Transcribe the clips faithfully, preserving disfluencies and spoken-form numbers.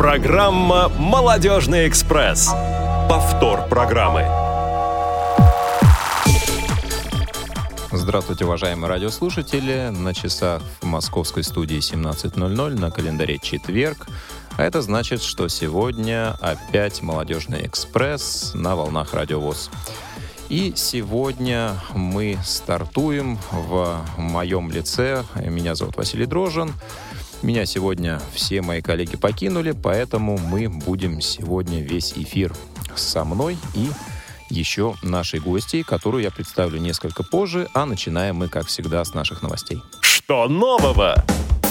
Программа «Молодежный экспресс». Повтор программы. Здравствуйте, уважаемые радиослушатели. На часах в московской студии семнадцать ноль ноль, на календаре четверг. А это значит, что сегодня опять «Молодежный экспресс» на волнах Радио ВОС. И сегодня мы стартуем в моем лице. Меня зовут Василий Дрожжин. Меня сегодня все мои коллеги покинули, поэтому мы будем сегодня весь эфир со мной и еще нашей гостьей, которую я представлю несколько позже, а начинаем мы, как всегда, с наших новостей. Что нового?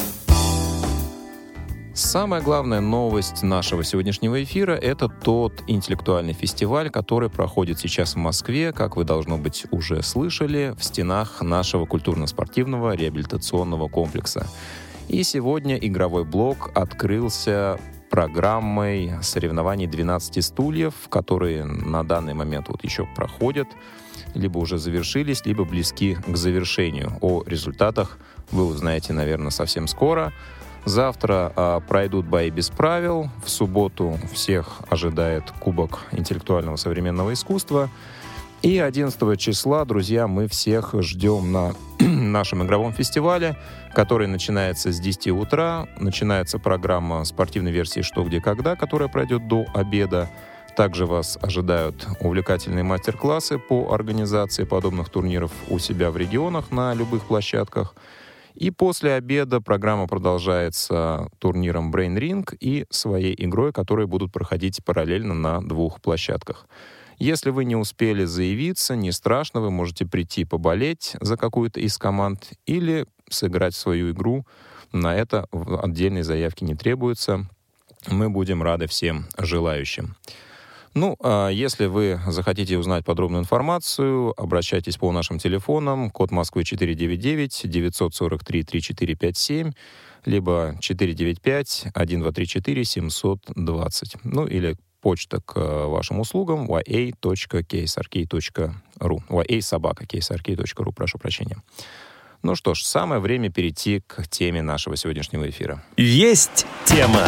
Самая главная новость нашего сегодняшнего эфира — это тот интеллектуальный фестиваль, который проходит сейчас в Москве, как вы, должно быть, уже слышали, в стенах нашего культурно-спортивного реабилитационного комплекса. И сегодня игровой блок открылся программой соревнований двенадцати стульев, которые на данный момент вот еще проходят, либо уже завершились, либо близки к завершению. О результатах вы узнаете, наверное, совсем скоро. Завтра а, пройдут бои без правил. В субботу всех ожидает Кубок интеллектуального современного искусства. И одиннадцатого числа, друзья, мы всех ждем на нашем игровом фестивале, который начинается с десяти утра. Начинается программа спортивной версии «Что, где, когда», которая пройдет до обеда. Также вас ожидают увлекательные мастер-классы по организации подобных турниров у себя в регионах на любых площадках. И после обеда программа продолжается турниром Brain Ring и своей игрой, которые будут проходить параллельно на двух площадках. Если вы не успели заявиться, не страшно, вы можете прийти поболеть за какую-то из команд или сыграть свою игру. На это отдельной заявки не требуется. Мы будем рады всем желающим. Ну, а если вы захотите узнать подробную информацию, обращайтесь по нашим телефонам. Код Москвы четыре девять девять девятьсот сорок три тридцать четыре пятьдесят семь, либо четыре девять пять один два три четыре семьсот двадцать. Ну, или почта к вашим услугам уай эй точка кей эс ар кей точка ру. уай эй собака кей эс ар кей точка ру, прошу прощения. Ну что ж, самое время перейти к теме нашего сегодняшнего эфира. Есть тема!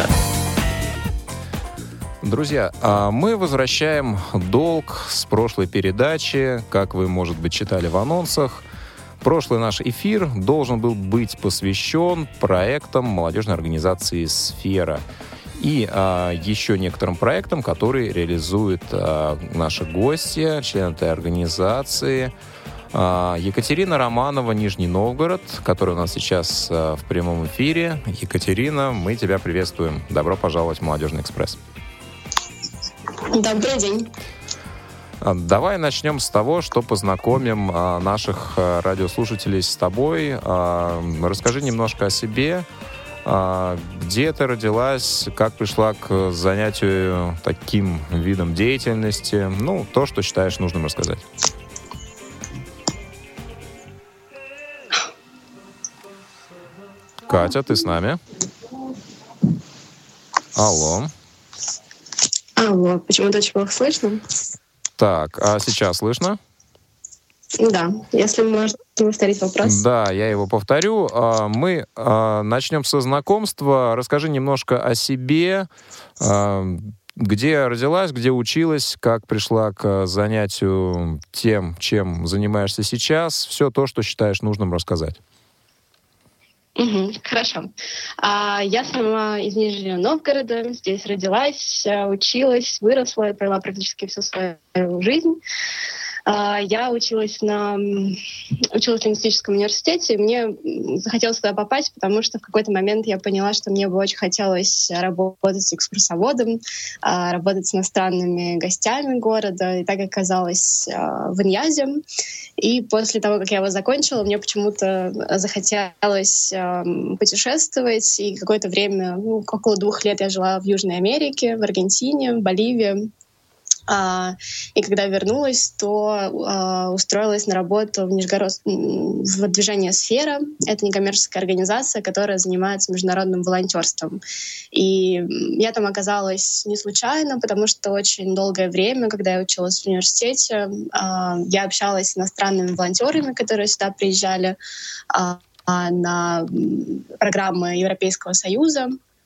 Друзья, мы возвращаем долг с прошлой передачи, как вы, может быть, читали в анонсах. Прошлый наш эфир должен был быть посвящен проектам молодежной организации «Сфера» и а, еще некоторым проектам, которые реализуют а, наши гости, члены этой организации. А, Екатерина Романова, Нижний Новгород, которая у нас сейчас а, в прямом эфире. Екатерина, мы тебя приветствуем. Добро пожаловать в «Молодежный экспресс». Добрый день. Давай начнем с того, что познакомим а, наших а, радиослушателей с тобой. А, расскажи немножко о себе. А, где ты родилась, как пришла к занятию таким видом деятельности. Ну, то, что считаешь нужным рассказать. Катя, ты с нами? Алло. Алло, почему-то очень плохо слышно. Так, а сейчас слышно? Да, если можете повторить вопрос. Да, я его повторю. Мы начнем со знакомства. Расскажи немножко о себе. Где родилась, где училась, как пришла к занятию тем, чем занимаешься сейчас. Все то, что считаешь нужным рассказать. Угу, хорошо. А, я сама из Нижнего Новгорода, здесь родилась, училась, выросла и провела практически всю свою жизнь. А, я училась на училась в лингвистическом университете, и мне захотелось туда попасть, потому что в какой-то момент я поняла, что мне бы очень хотелось работать с экскурсоводом, работать с иностранными гостями города, и так оказалось в Иньязе. И после того, как я его закончила, мне почему-то захотелось э, путешествовать. И какое-то время, ну, около двух лет я жила в Южной Америке, в Аргентине, в Боливии. А, и когда вернулась, то а, устроилась на работу в, Нижегород... в движение «Сфера». Это некоммерческая организация, которая занимается международным волонтерством. И я там оказалась не случайно, потому что очень долгое время, когда я училась в университете, а, я общалась с иностранными волонтерами, которые сюда приезжали а, на программы Европейского Союза.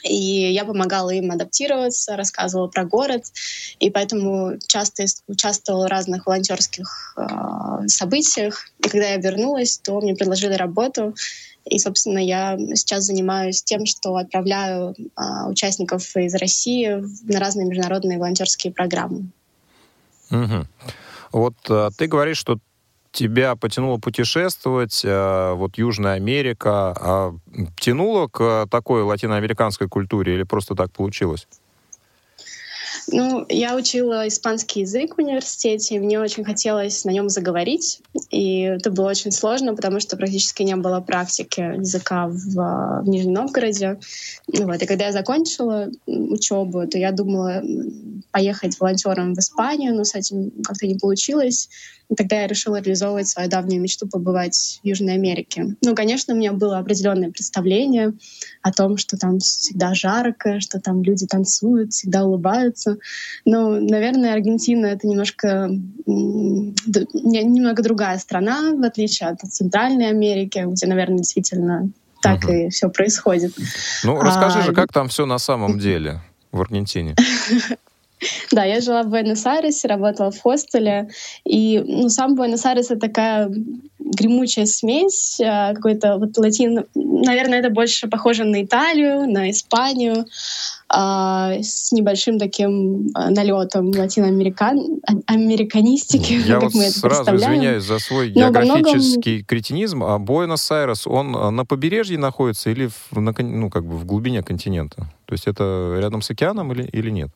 И я помогала им адаптироваться, рассказывала про город, и поэтому часто участвовала в разных волонтерских э, событиях. И когда я вернулась, то мне предложили работу. И, собственно, я сейчас занимаюсь тем, что отправляю э, участников из России на разные международные волонтерские программы. Угу. Вот а, ты говоришь, что тебя потянуло путешествовать, а, вот Южная Америка, а тянуло к такой латиноамериканской культуре или просто так получилось? Ну, я учила испанский язык в университете, и мне очень хотелось на нем заговорить. И это было очень сложно, потому что практически не было практики языка в, в Нижнем Новгороде. Вот. И когда я закончила учебу, то я думала поехать волонтером в Испанию, но с этим как-то не получилось. И тогда я решила реализовывать свою давнюю мечту побывать в Южной Америке. Ну, конечно, у меня было определенное представление о том, что там всегда жарко, что там люди танцуют, всегда улыбаются. Но, наверное, Аргентина — это немножко, немного другая страна, в отличие от Центральной Америки, где, наверное, действительно так угу. и все происходит. Ну, расскажи а... же, как там все на самом деле в Аргентине? Да, я жила в Буэнос-Айресе, работала в хостеле, и ну, сам Буэнос-Айрес — это такая гремучая смесь, какой-то вот латин... Наверное, это больше похоже на Италию, на Испанию, а, с небольшим таким налетом латиноамериканистики, Я как вот мы это сразу представляем. извиняюсь за свой Но географический многом... кретинизм, а Буэнос-Айрес, он на побережье находится или в, на, ну, как бы в глубине континента? То есть это рядом с океаном или, или нет?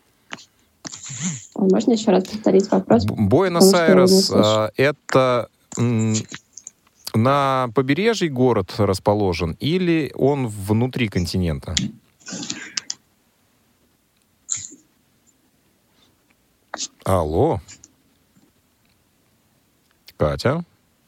Можно еще раз повторить вопрос? Буэнос-Айрес — это на побережье город расположен или он внутри континента? Алло? Катя?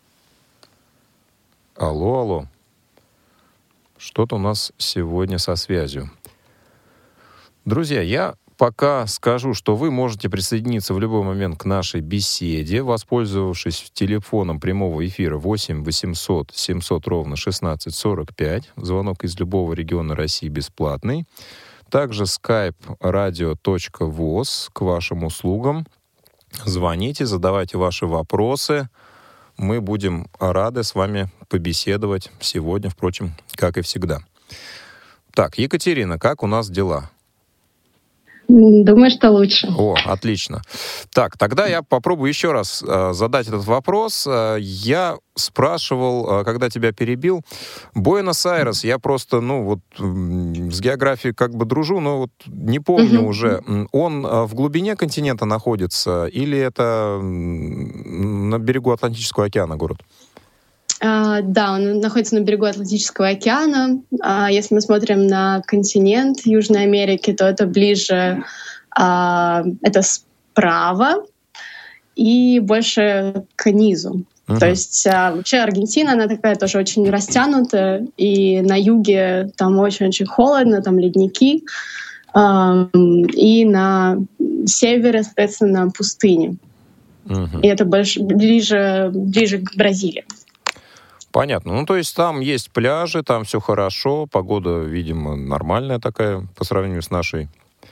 Алло, алло. Что-то у нас сегодня со связью. Друзья, я пока скажу, что вы можете присоединиться в любой момент к нашей беседе, воспользовавшись телефоном прямого эфира восемь восемьсот семьсот ровно шестнадцать сорок пять. Звонок из любого региона России бесплатный. Также skype radio.voz к вашим услугам. Звоните, задавайте ваши вопросы. Мы будем рады с вами побеседовать сегодня, впрочем, как и всегда. Так, Екатерина, как у нас дела? Думаю, что лучше. О, отлично. Так, тогда я попробую еще раз э, задать этот вопрос. Э, я спрашивал, э, когда тебя перебил, Буэнос-Айрес, я просто, ну, вот э, с географией как бы дружу, но вот не помню uh-huh. уже, он э, в глубине континента находится или это на берегу Атлантического океана город? Uh, да, он находится на берегу Атлантического океана. Uh, если мы смотрим на континент Южной Америки, то это ближе, uh, это справа и больше к низу. Uh-huh. То есть uh, вообще Аргентина, она такая тоже очень растянутая, и на юге там очень-очень холодно, там ледники, uh, и на севере, соответственно, пустыни. Uh-huh. И это больше, ближе, ближе к Бразилии. Понятно. Ну, то есть там есть пляжи, там все хорошо, погода, видимо, нормальная такая по сравнению с нашей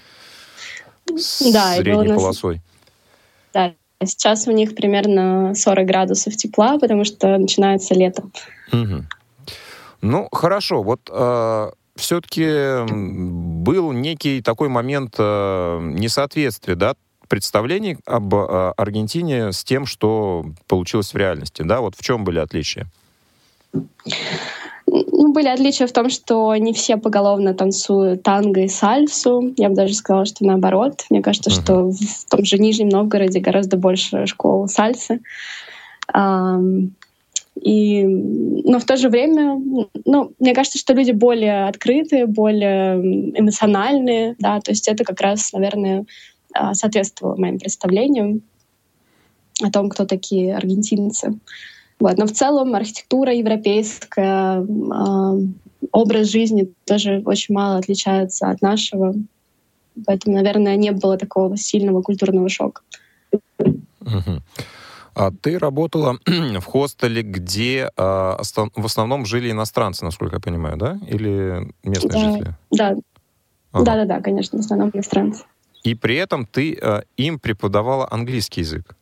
с да, средней нас... полосой. Да, сейчас у них примерно сорок градусов тепла, потому что начинается лето. Угу. Ну, хорошо. Вот э, все-таки был некий такой момент э, несоответствия, да, представлений об э, Аргентине с тем, что получилось в реальности, да? Вот в чем были отличия? Ну, были отличия в том, что не все поголовно танцуют танго и сальсу. Я бы даже сказала, что наоборот. Мне кажется, uh-huh. что в том же Нижнем Новгороде гораздо больше школ сальсы. И, но в то же время, ну, мне кажется, что люди более открытые, более эмоциональные, да, то есть это как раз, наверное, соответствовало моим представлениям о том, кто такие аргентинцы. Вот. Но в целом архитектура европейская, э, образ жизни тоже очень мало отличается от нашего. Поэтому, наверное, не было такого сильного культурного шока. Uh-huh. А ты работала в хостеле, где э, в основном жили иностранцы, насколько я понимаю, да? Или местные да, жители? Да. Ага. Да-да-да, конечно, в основном иностранцы. И при этом ты э, им преподавала английский язык.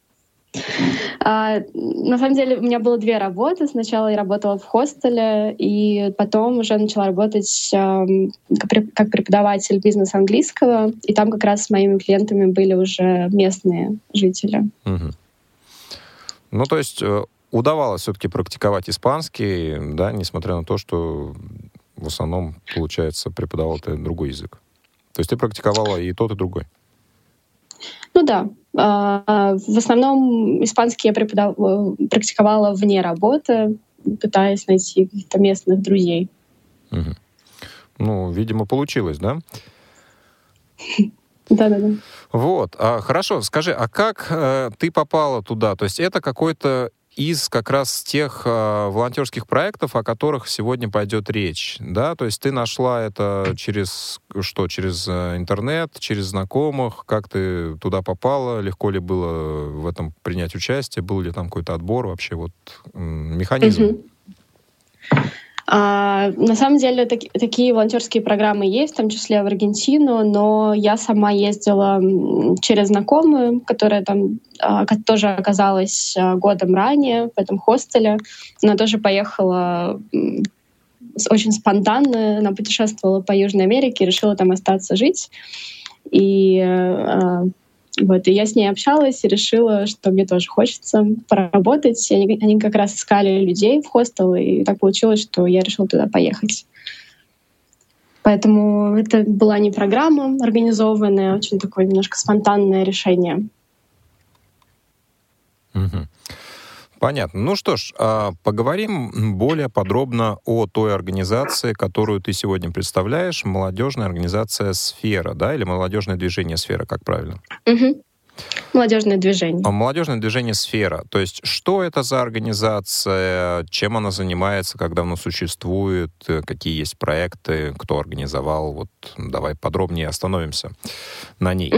А, на самом деле у меня было две работы. Сначала я работала в хостеле, и потом уже начала работать эм, как преп- как преподаватель бизнеса английского. И там как раз с моими клиентами были уже местные жители. Угу. Ну, то есть э, удавалось все-таки практиковать испанский, да, несмотря на то, что в основном, получается, преподавал ты другой язык. То есть ты практиковала и тот, и другой. Ну да. В основном испанский я преподав... практиковала вне работы, пытаясь найти каких-то местных друзей. Угу. Ну, видимо, получилось, да? Да-да-да. Вот. А, хорошо, скажи, а как э, ты попала туда? То есть это какой-то из как раз тех э, волонтерских проектов, о которых сегодня пойдет речь, да? То есть ты нашла это через что? Через э, интернет, через знакомых? Как ты туда попала? Легко ли было в этом принять участие? Был ли там какой-то отбор вообще? Вот э, механизм? Угу. А, на самом деле таки, такие волонтерские программы есть, в том числе в Аргентину, но я сама ездила через знакомую, которая там а, тоже оказалась а, годом ранее в этом хостеле. Она тоже поехала м, очень спонтанно, она путешествовала по Южной Америке, решила там остаться жить. И а, Вот, и я с ней общалась и решила, что мне тоже хочется поработать. Они, они как раз искали людей в хостел, и так получилось, что я решила туда поехать. Поэтому это была не программа организованная, а очень такое немножко спонтанное решение. Угу. Понятно. Ну что ж, поговорим более подробно о той организации, которую ты сегодня представляешь. Молодежная организация «Сфера», да? Или молодежное движение «Сфера», как правильно? Угу. Молодежное движение. Молодежное движение «Сфера». То есть что это за организация, чем она занимается, как давно существует, какие есть проекты, кто организовал? Вот давай подробнее остановимся на ней.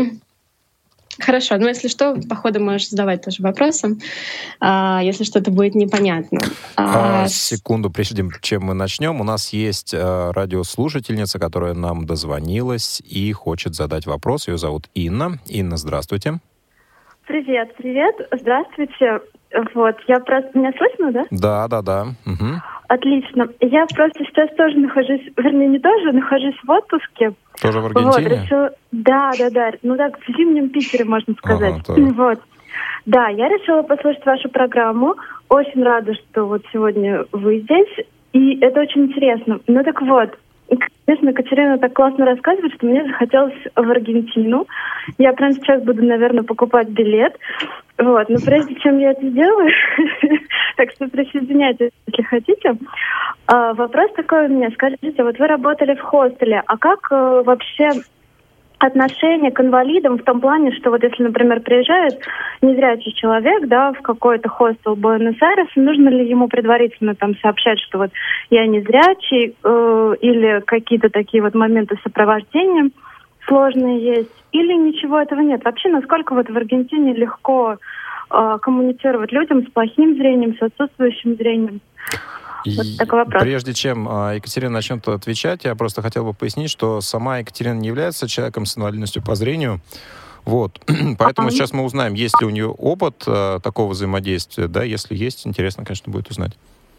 Хорошо, ну если что, по ходу можешь задавать тоже вопросы, а, если что-то будет непонятно. А, а, секунду, прежде чем мы начнем, у нас есть а, радиослушательница, которая нам дозвонилась и хочет задать вопрос. Ее зовут Инна. Инна, здравствуйте. Привет, привет, здравствуйте. Вот, я просто... Меня слышно, да? Да, да, да. Угу. Отлично. Я просто сейчас тоже нахожусь, вернее, не тоже, нахожусь в отпуске. Тоже в Аргентине? Вот, решила... Да, да, да. Ну так, в зимнем Питере, можно сказать. Ага, вот. Да, я решила послушать вашу программу. Очень рада, что вот сегодня вы здесь. И это очень интересно. Ну так вот, конечно, Катерина так классно рассказывает, что мне захотелось в Аргентину. Я прямо сейчас буду, наверное, покупать билет. Вот, но прежде чем я это сделаю, так что присоединяйтесь, если хотите. А, вопрос такой у меня. Скажите, вот вы работали в хостеле, а как а, вообще отношение к инвалидам в том плане, что вот если, например, приезжает незрячий человек, да, в какой-то хостел Буэнос-Айреса, нужно ли ему предварительно там сообщать, что вот я незрячий, э, или какие-то такие вот моменты сопровождения сложные есть, или ничего этого нет? Вообще, насколько вот в Аргентине легко э, коммуницировать людям с плохим зрением, с отсутствующим зрением? Вот такой вопрос. Прежде чем Екатерина начнет отвечать, я просто хотел бы пояснить, что сама Екатерина не является человеком с инвалидностью по зрению. Вот. Поэтому А-а. сейчас мы узнаем, есть ли у нее опыт а, такого взаимодействия. Да, если есть, интересно, конечно, будет узнать.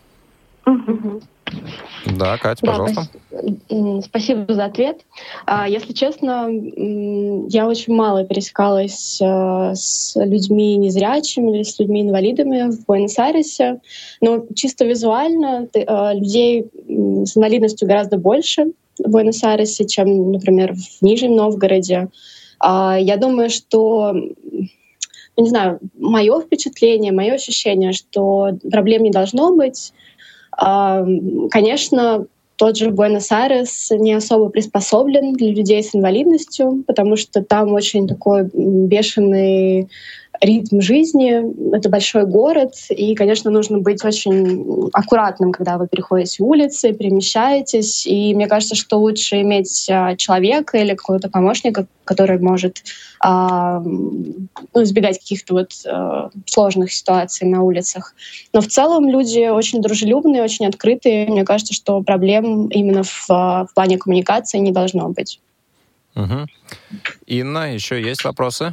Угу. Да, Катя, пожалуйста. Да, спасибо за ответ. Если честно, я очень мало пересекалась с людьми незрячими или с людьми инвалидами в Буэнос-Айресе, но чисто визуально людей с инвалидностью гораздо больше в Буэнос-Айресе, чем, например, в Нижнем Новгороде. Я думаю, что, не знаю, мое впечатление, мое ощущение, что проблем не должно быть. Конечно, тот же Буэнос-Айрес не особо приспособлен для людей с инвалидностью, потому что там очень такой бешеный ритм жизни, это большой город, и, конечно, нужно быть очень аккуратным, когда вы переходите улицы, перемещаетесь, и мне кажется, что лучше иметь человека или какого-то помощника, который может а, ну, избегать каких-то вот а, сложных ситуаций на улицах. Но в целом люди очень дружелюбные, очень открытые. Мне кажется, что проблем именно в, в плане коммуникации не должно быть. Угу. Инна, еще есть вопросы?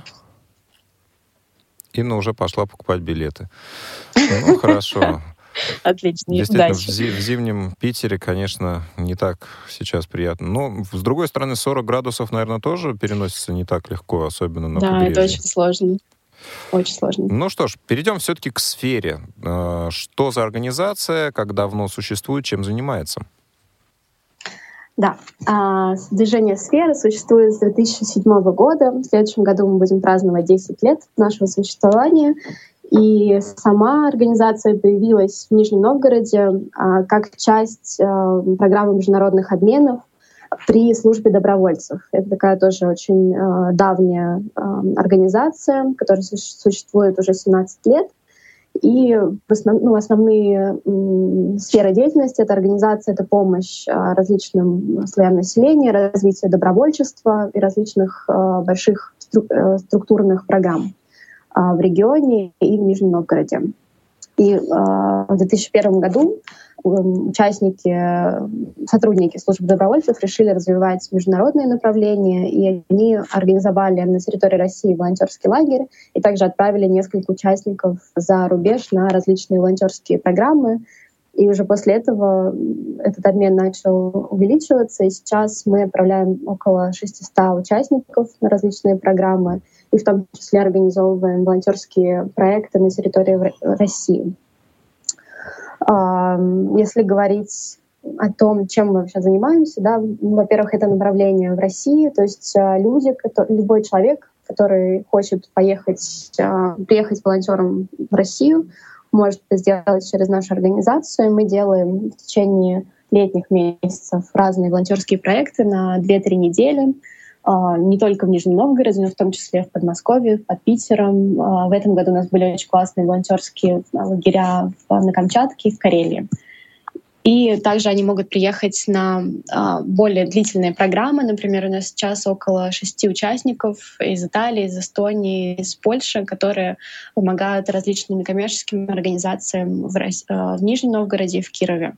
Инна уже пошла покупать билеты. Ну, хорошо. Отлично, действительно, удачи. В, зи- в зимнем Питере, конечно, не так сейчас приятно. Но, с другой стороны, сорок градусов, наверное, тоже переносится не так легко, особенно на Да, побережье. это очень сложно. Очень сложно. Ну что ж, перейдем все-таки к сфере. Э, Что за организация, как давно существует, чем занимается? Да, а, движение «Сфера» существует с две тысячи седьмого года. В следующем году мы будем праздновать десять лет нашего существования. И сама организация появилась в Нижнем Новгороде а, как часть а, программы международных обменов при службе добровольцев. Это такая тоже очень а, давняя а, организация, которая су- существует уже семнадцать лет. И в основ, ну, основные м, сферы деятельности этой организации — это помощь а, различным слоям населения, развитие добровольчества и различных а, больших стру, а, структурных программ а, в регионе и в Нижнем Новгороде. И а, в две тысячи первом году участники, сотрудники службы добровольцев решили развивать международные направления, и они организовали на территории России волонтерский лагерь и также отправили несколько участников за рубеж на различные волонтерские программы. И уже после этого этот обмен начал увеличиваться, и сейчас мы отправляем около шестисот участников на различные программы, и в том числе организовываем волонтерские проекты на территории России. Если говорить о том, чем мы вообще занимаемся, да, во-первых, это направление в России, то есть люди, любой человек, который хочет поехать, приехать волонтером в Россию, может это сделать через нашу организацию. Мы делаем в течение летних месяцев разные волонтерские проекты на две-три недели, не только в Нижнем Новгороде, но в том числе в Подмосковье, под Питером. В этом году у нас были очень классные волонтерские лагеря на Камчатке и в Карелии. И также они могут приехать на более длительные программы. Например, у нас сейчас около шести участников из Италии, из Эстонии, из Польши, которые помогают различным коммерческим организациям в, Рос... в Нижнем Новгороде и в Кирове.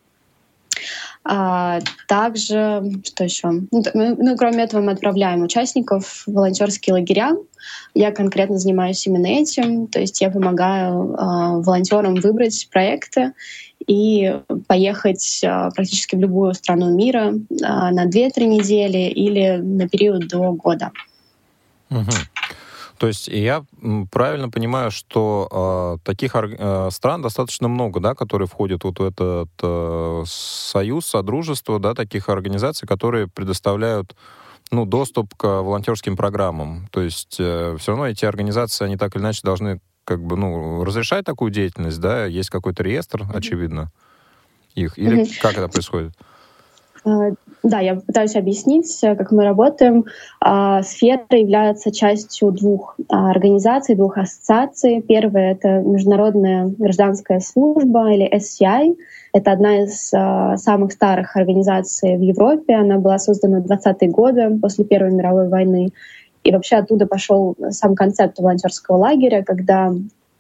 А также, что еще? Ну, ну, кроме этого, мы отправляем участников в волонтерские лагеря. Я конкретно занимаюсь именно этим. То есть я помогаю а, волонтерам выбрать проекты и поехать а, практически в любую страну мира а, на две-три недели или на период до года. Угу. То есть я правильно понимаю, что э, таких э, стран достаточно много, да, которые входят вот в этот э, союз, содружество, да, таких организаций, которые предоставляют, ну, доступ к волонтерским программам. То есть э, все равно эти организации, они так или иначе должны как бы, ну, разрешать такую деятельность, да, есть какой-то реестр, mm-hmm. очевидно, их, или mm-hmm. как это происходит? Да, я попытаюсь объяснить, как мы работаем. Сфера является частью двух организаций, двух ассоциаций. Первая — это Международная гражданская служба, или эс си ай. Это одна из самых старых организаций в Европе. Она была создана в двадцатые годы, после Первой мировой войны. И вообще оттуда пошел сам концепт волонтерского лагеря, когда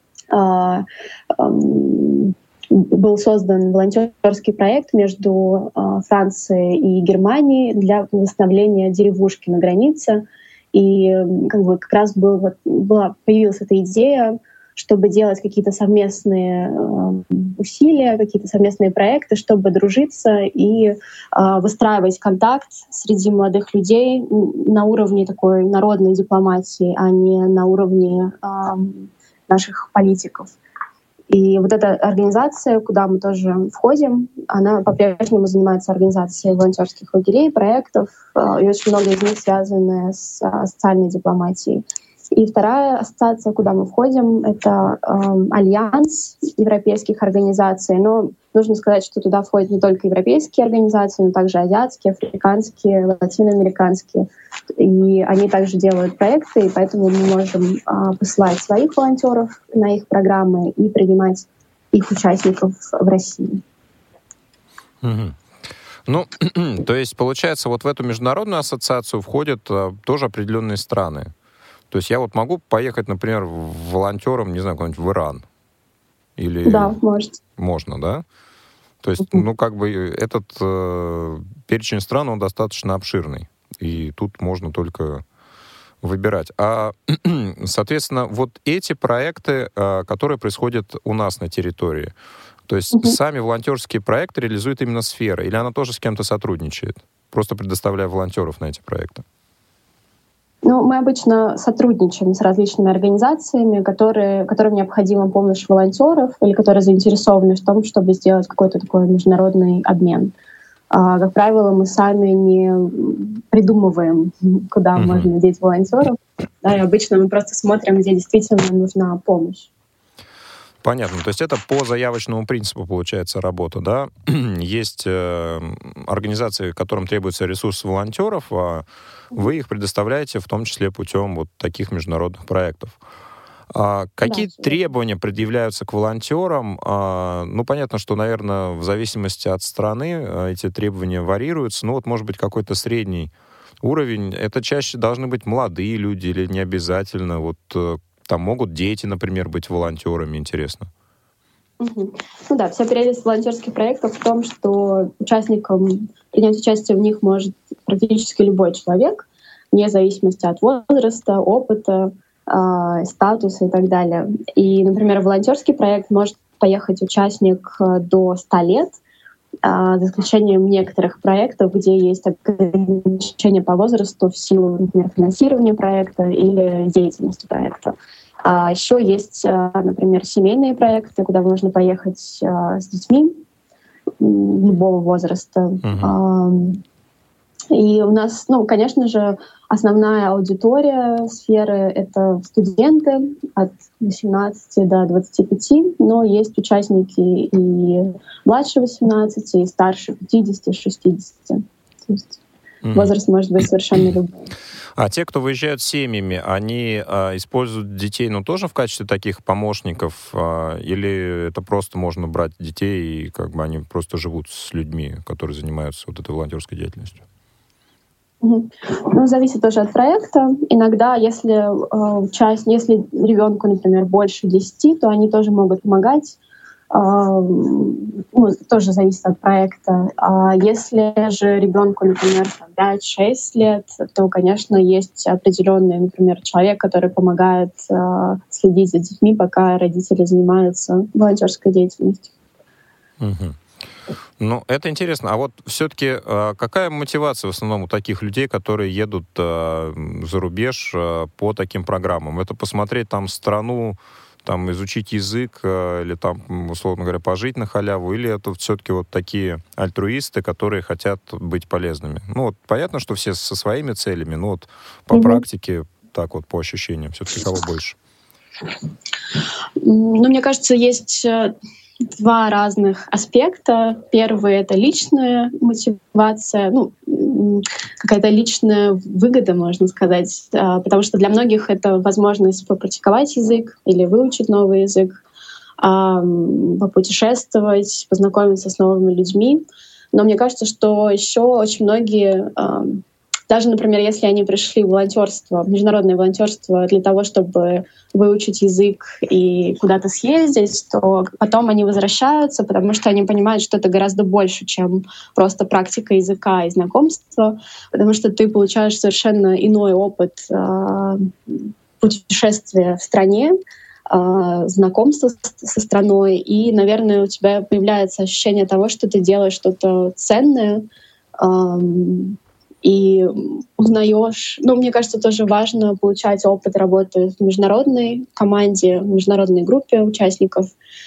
был создан волонтерский проект между э, Францией и Германией для восстановления деревушки на границе. И как бы как раз был, вот, была, появилась эта идея, чтобы делать какие-то совместные э, усилия, какие-то совместные проекты, чтобы дружиться и э, выстраивать контакт среди молодых людей на уровне такой народной дипломатии, а не на уровне э, наших политиков. И вот эта организация, куда мы тоже входим, она по-прежнему занимается организацией волонтерских лагерей, проектов, и очень много из них связаны с социальной дипломатией. И вторая ассоциация, куда мы входим, это э, альянс европейских организаций. Но нужно сказать, что туда входят не только европейские организации, но также азиатские, африканские, латиноамериканские. И они также делают проекты, и поэтому мы можем э, посылать своих волонтеров на их программы и принимать их участников в России. Mm-hmm. Ну, то есть, получается, вот в эту международную ассоциацию входят а, тоже определенные страны. То есть я вот могу поехать, например, волонтером, не знаю, куда-нибудь в Иран? Или... Да, можете. Можно, да? То есть, mm-hmm. ну, как бы этот э, перечень стран, он достаточно обширный. и тут можно только выбирать. А, соответственно, вот эти проекты, которые происходят у нас на территории, то есть угу. сами волонтерские проекты реализует именно сфера, или она тоже с кем-то сотрудничает, просто предоставляя волонтеров на эти проекты? Ну, мы обычно сотрудничаем с различными организациями, которые, которым необходима помощь волонтеров или которые заинтересованы в том, чтобы сделать какой-то такой международный обмен. А, как правило, мы сами не придумываем, куда mm-hmm. можно деть волонтеров. Да, и обычно мы просто смотрим, где действительно нужна помощь. Понятно. То есть это по заявочному принципу получается работа, да? Есть э, организации, которым требуется ресурс волонтеров, а вы их предоставляете в том числе путем вот таких международных проектов. А какие да, требования предъявляются к волонтерам? А, ну, понятно, что, наверное, в зависимости от страны эти требования варьируются. Ну, вот, может быть, какой-то средний уровень. Это чаще должны быть молодые люди или не обязательно? Вот там могут дети, например, быть волонтерами, интересно. Угу. Ну да, вся прелесть волонтерских проектов в том, что участникам принять участие в них может практически любой человек, вне зависимости от возраста, опыта, э, статуса и так далее. И, например, в волонтерский проект может поехать участник до ста лет, э, за исключением некоторых проектов, где есть ограничения по возрасту в силу, например, финансирования проекта или деятельности проекта. А еще есть, например, семейные проекты, куда можно поехать с детьми любого возраста. Uh-huh. И у нас, ну, конечно же, основная аудитория сферы — это студенты от восемнадцати до двадцати пяти, но есть участники и младше восемнадцати, и старше пятидесяти, шестидесяти. То есть uh-huh. возраст может быть совершенно любой. А те, кто выезжают с семьями, они а, используют детей, ну, тоже в качестве таких помощников? А, или это просто можно брать детей, и как бы они просто живут с людьми, которые занимаются вот этой волонтерской деятельностью? Ну, зависит тоже от проекта. Иногда, если, э, часть, если ребенку, например, больше десяти, то они тоже могут помогать. Ну, тоже зависит от проекта. А если же ребенку, например, пять-шесть лет, то, конечно, есть определенный, например, человек, который помогает э, следить за детьми, пока родители занимаются волонтерской деятельностью. Угу. Ну, это интересно. А вот все-таки э, какая мотивация в основном у таких людей, которые едут э, за рубеж э, по таким программам? Это посмотреть там страну, там, изучить язык или там, условно говоря, пожить на халяву, или это все-таки вот такие альтруисты, которые хотят быть полезными? Ну, вот понятно, что все со своими целями, но вот по mm-hmm. практике, так вот, по ощущениям, все-таки кого больше? Ну, мне кажется, есть два разных аспекта. Первый — это личная мотивация, ну, какая-то личная выгода, можно сказать, потому что для многих это возможность попрактиковать язык или выучить новый язык, попутешествовать, познакомиться с новыми людьми. Но мне кажется, что еще очень многие, даже, например, если они пришли в волонтерство, в международное волонтерство для того, чтобы выучить язык и куда-то съездить, то потом они возвращаются, потому что они понимают, что это гораздо больше, чем просто практика языка и знакомства, потому что ты получаешь совершенно иной опыт э, путешествия в стране, э, знакомства со страной, и, наверное, у тебя появляется ощущение того, что ты делаешь что-то ценное, э, и узнаешь. Ну, мне кажется, тоже важно получать опыт работы в международной команде, в международной группе участников.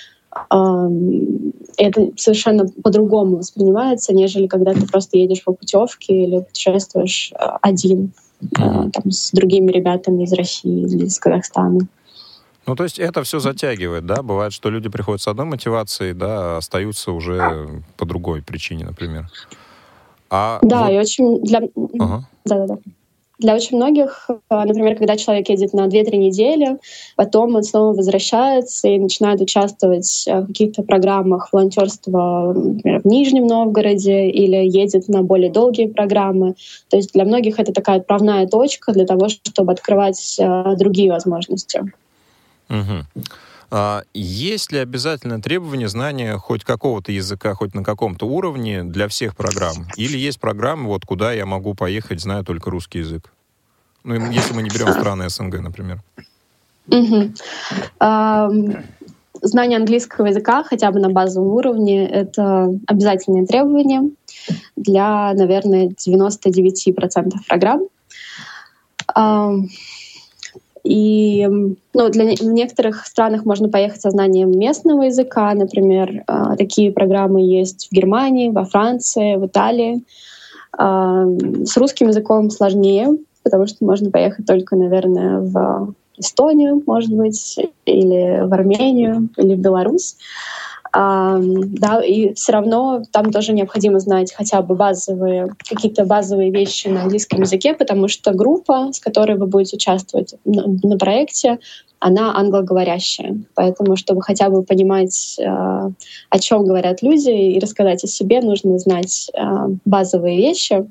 Это совершенно по-другому воспринимается, нежели когда ты просто едешь по путевке или путешествуешь один там, с другими ребятами из России или из Казахстана. Ну, то есть это все затягивает, да? Бывает, что люди приходят с одной мотивацией, да, а остаются уже по другой причине, например. А да, вот... и очень для... Ага. Да, да, да. Для очень многих, например, когда человек едет на две-три недели, потом он снова возвращается и начинает участвовать в каких-то программах волонтерства, например, в Нижнем Новгороде, или едет на более долгие программы. То есть для многих это такая отправная точка для того, чтобы открывать другие возможности. Угу. А есть ли обязательное требование знания хоть какого-то языка, хоть на каком-то уровне для всех программ? Или есть программы, вот, куда я могу поехать, зная только русский язык? Ну, если мы не берем страны СНГ, например. Угу. Um, знание английского языка хотя бы на базовом уровне — это обязательное требование для, наверное, девяносто девять процентов программ. Um, И ну, для, в некоторых странах можно поехать со знанием местного языка. Например, э, такие программы есть в Германии, во Франции, в Италии. Э, с русским языком сложнее, потому что можно поехать только, наверное, в Эстонию, может быть, или в Армению, или в Беларусь. Uh, да, и все равно там тоже необходимо знать хотя бы базовые, какие-то базовые вещи на английском языке, потому что группа, с которой вы будете участвовать на, на проекте, она англоговорящая. Поэтому, чтобы хотя бы понимать, uh, о чем говорят люди и рассказать о себе, нужно знать uh, базовые вещи.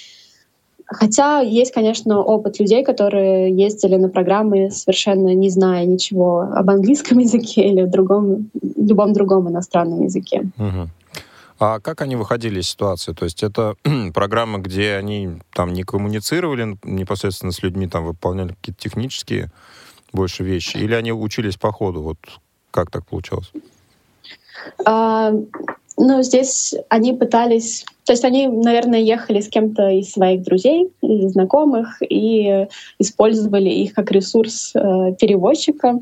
Хотя есть, конечно, опыт людей, которые ездили на программы, совершенно не зная ничего об английском языке или другом, любом другом иностранном языке. Угу. А как они выходили из ситуации? То есть это программы, где они там не коммуницировали непосредственно с людьми, там выполняли какие-то технические больше вещи, или они учились по ходу? Вот как так получалось? А, ну, здесь они пытались... То есть они, наверное, ехали с кем-то из своих друзей или знакомых и использовали их как ресурс э, переводчика.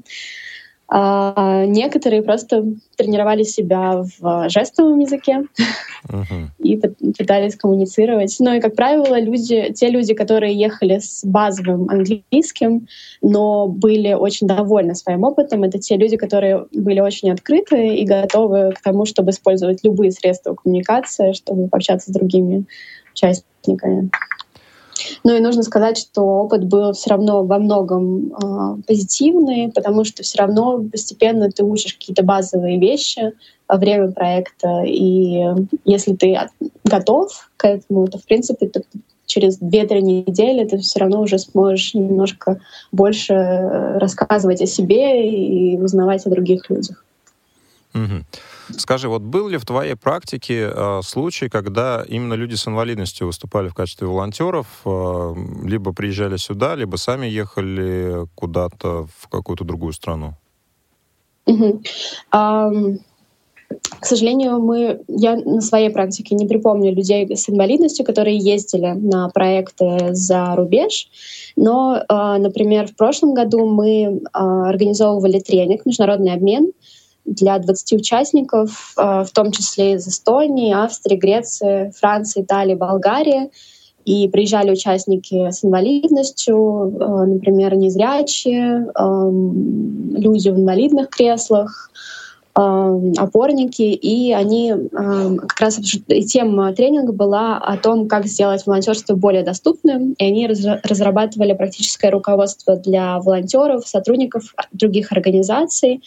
А некоторые просто тренировали себя в жестовом языке uh-huh. и пытались коммуницировать. Ну и, как правило, люди, те люди, которые ехали с базовым английским, но были очень довольны своим опытом, это те люди, которые были очень открыты и готовы к тому, чтобы использовать любые средства коммуникации, чтобы пообщаться с другими участниками. Ну и нужно сказать, что опыт был все равно во многом э, позитивный, потому что все равно постепенно ты учишь какие-то базовые вещи во время проекта. И если ты готов к этому, то, в принципе, ты через две-три недели ты все равно уже сможешь немножко больше рассказывать о себе и узнавать о других людях. Mm-hmm. Скажи, вот был ли в твоей практике э, случай, когда именно люди с инвалидностью выступали в качестве волонтеров, э, либо приезжали сюда, либо сами ехали куда-то в какую-то другую страну? Uh-huh. Um, к сожалению, мы, я на своей практике не припомню людей с инвалидностью, которые ездили на проекты за рубеж. Но, э, например, в прошлом году мы э, организовывали тренинг «Международный обмен» для двадцати участников, в том числе из Эстонии, Австрии, Греции, Франции, Италии, Болгарии. И приезжали участники с инвалидностью, например, незрячие, люди в инвалидных креслах, опорники. И они как раз тема тренинга была о том, как сделать волонтерство более доступным. И они разрабатывали практическое руководство для волонтеров, сотрудников других организаций,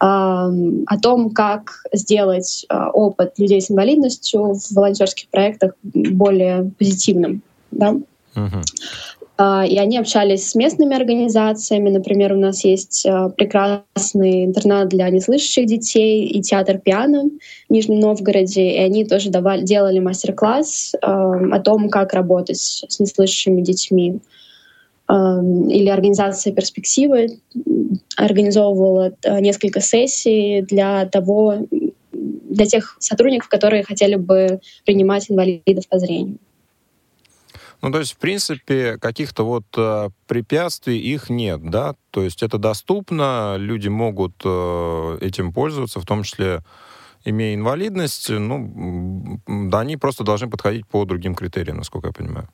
о том, как сделать опыт людей с инвалидностью в волонтерских проектах более позитивным. Да? Uh-huh. И они общались с местными организациями. Например, у нас есть прекрасный интернат для неслышащих детей и театр пиано в Нижнем Новгороде. И они тоже давали, делали мастер-класс о том, как работать с неслышащими детьми. Или организация «Перспективы» организовывала несколько сессий для того, для тех сотрудников, которые хотели бы принимать инвалидов по зрению. Ну, то есть, в принципе, каких-то вот э, препятствий их нет, да? То есть это доступно, люди могут э, этим пользоваться, в том числе имея инвалидность, ну, да, они просто должны подходить по другим критериям, насколько я понимаю.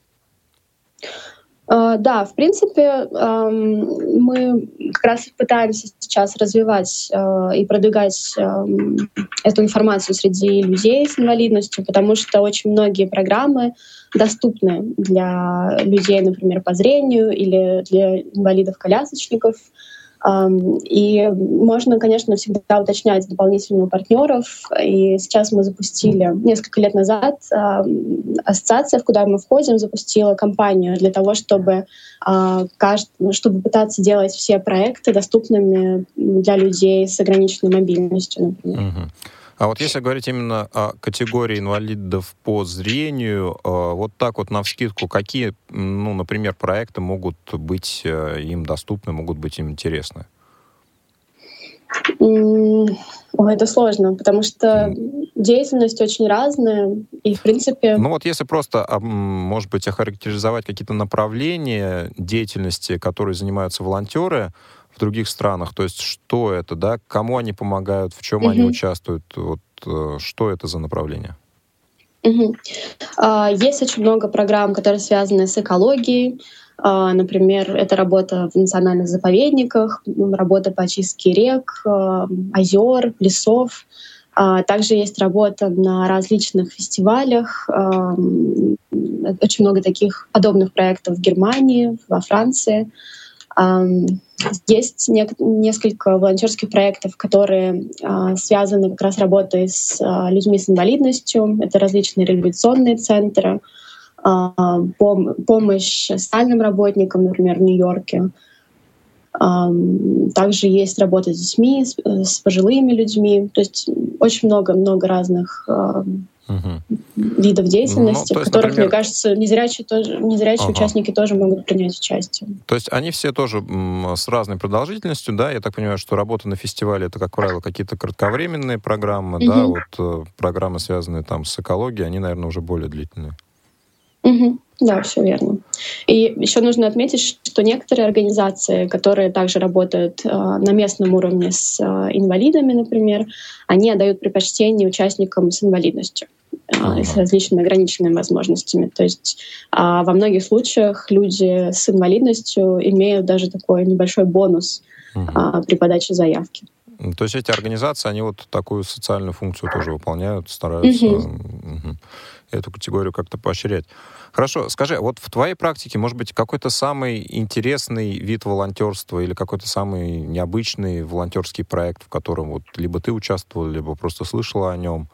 Uh, да, в принципе, uh, мы как раз пытаемся сейчас развивать uh, и продвигать uh, эту информацию среди людей с инвалидностью, потому что очень многие программы доступны для людей, например, по зрению или для инвалидов-колясочников. И можно, конечно, всегда уточнять дополнительных партнеров. И сейчас мы запустили, несколько лет назад, ассоциация, в куда мы входим, запустила кампанию для того, чтобы, чтобы пытаться делать все проекты доступными для людей с ограниченной мобильностью, например. Угу. А вот если говорить именно о категории инвалидов по зрению, вот так вот навскидку, какие, ну, например, проекты могут быть им доступны, могут быть им интересны? Ой, это сложно, потому что деятельность очень разная, и, в принципе... Ну вот если просто, может быть, охарактеризовать какие-то направления деятельности, которые занимаются волонтеры в других странах, то есть что это, да, кому они помогают, в чем mm-hmm. они участвуют, вот, что это за направление? Mm-hmm. Uh, есть очень много программ, которые связаны с экологией. Uh, например, это работа в национальных заповедниках, работа по очистке рек, uh, озер, лесов. Uh, также есть работа на различных фестивалях. Uh, очень много таких подобных проектов в Германии, во Франции. Есть не, несколько волонтерских проектов, которые а, связаны как раз работой с а, людьми с инвалидностью. Это различные реабилитационные центры, а, пом- помощь социальным работникам, например, в Нью-Йорке. А, также есть работа с детьми, с, с пожилыми людьми. То есть очень много-много разных а, угу. видов деятельности, ну, есть, в которых, например... мне кажется, незрячие, тоже, незрячие ага. участники тоже могут принять участие. То есть они все тоже м, с разной продолжительностью, да? Я так понимаю, что работа на фестивале — это, как правило, какие-то кратковременные программы, угу. да? Вот э, программы, связанные там с экологией, они, наверное, уже более длительные. Угу. Да, все верно. И еще нужно отметить, что некоторые организации, которые также работают э, на местном уровне с э, инвалидами, например, они отдают предпочтение участникам с инвалидностью, э, uh-huh. с различными ограниченными возможностями. То есть э, во многих случаях люди с инвалидностью имеют даже такой небольшой бонус uh-huh. э, при подаче заявки. То есть эти организации, они вот такую социальную функцию тоже выполняют, стараются uh-huh. Uh-huh. эту категорию как-то поощрять. Хорошо, скажи, вот в твоей практике, может быть, какой-то самый интересный вид волонтерства или какой-то самый необычный волонтерский проект, в котором вот либо ты участвовала, либо просто слышала о нем?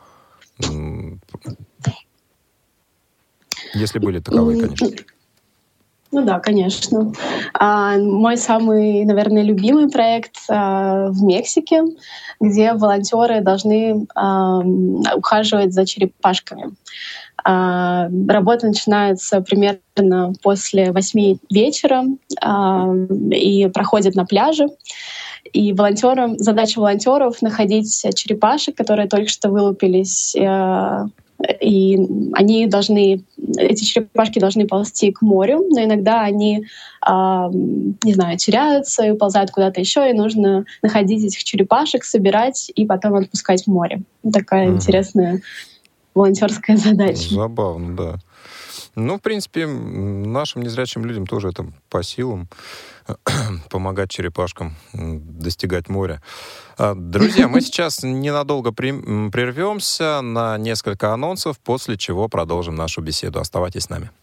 Если были таковые, конечно. Ну да, конечно. А, мой самый, наверное, любимый проект а, в Мексике, где волонтеры должны а, ухаживать за черепашками. А, работа начинается примерно после восьми вечера а, и проходит на пляже. И волонтерам, задача волонтеров — находить черепашек, которые только что вылупились, а, и они должны, эти черепашки должны ползти к морю, но иногда они, э, не знаю, теряются и уползают куда-то еще, и нужно находить этих черепашек, собирать и потом отпускать в море. Такая угу. интересная волонтерская задача. Забавно, да. Ну, в принципе, нашим незрячим людям тоже это по силам помогать черепашкам достигать моря. Друзья, мы сейчас ненадолго прервемся на несколько анонсов, после чего продолжим нашу беседу. Оставайтесь с нами.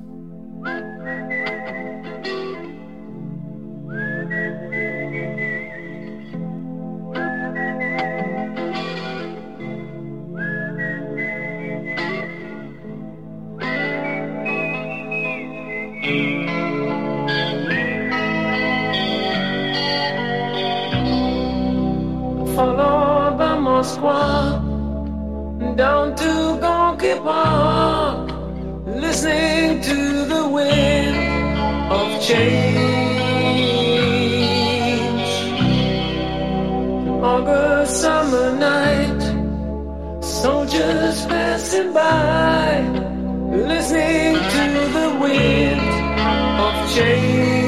Follow the Moskva down to Gonky Park, listening to the wind of change. August summer night, soldiers passing by, listening to the wind of change.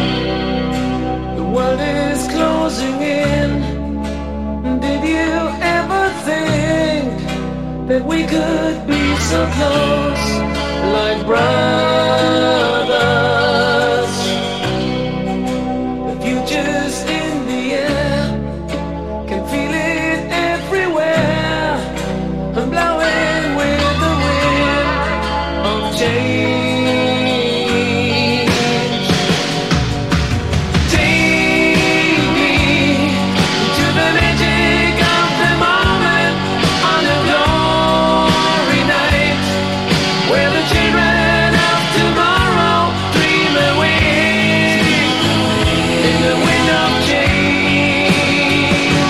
Closing in. Did you we could be so close, like brothers. The future's in the air, can feel it everywhere. I'm blowing with the wind of change. Take me to the magic of the moment on a glory night, where the children of tomorrow dream away in the wind of change.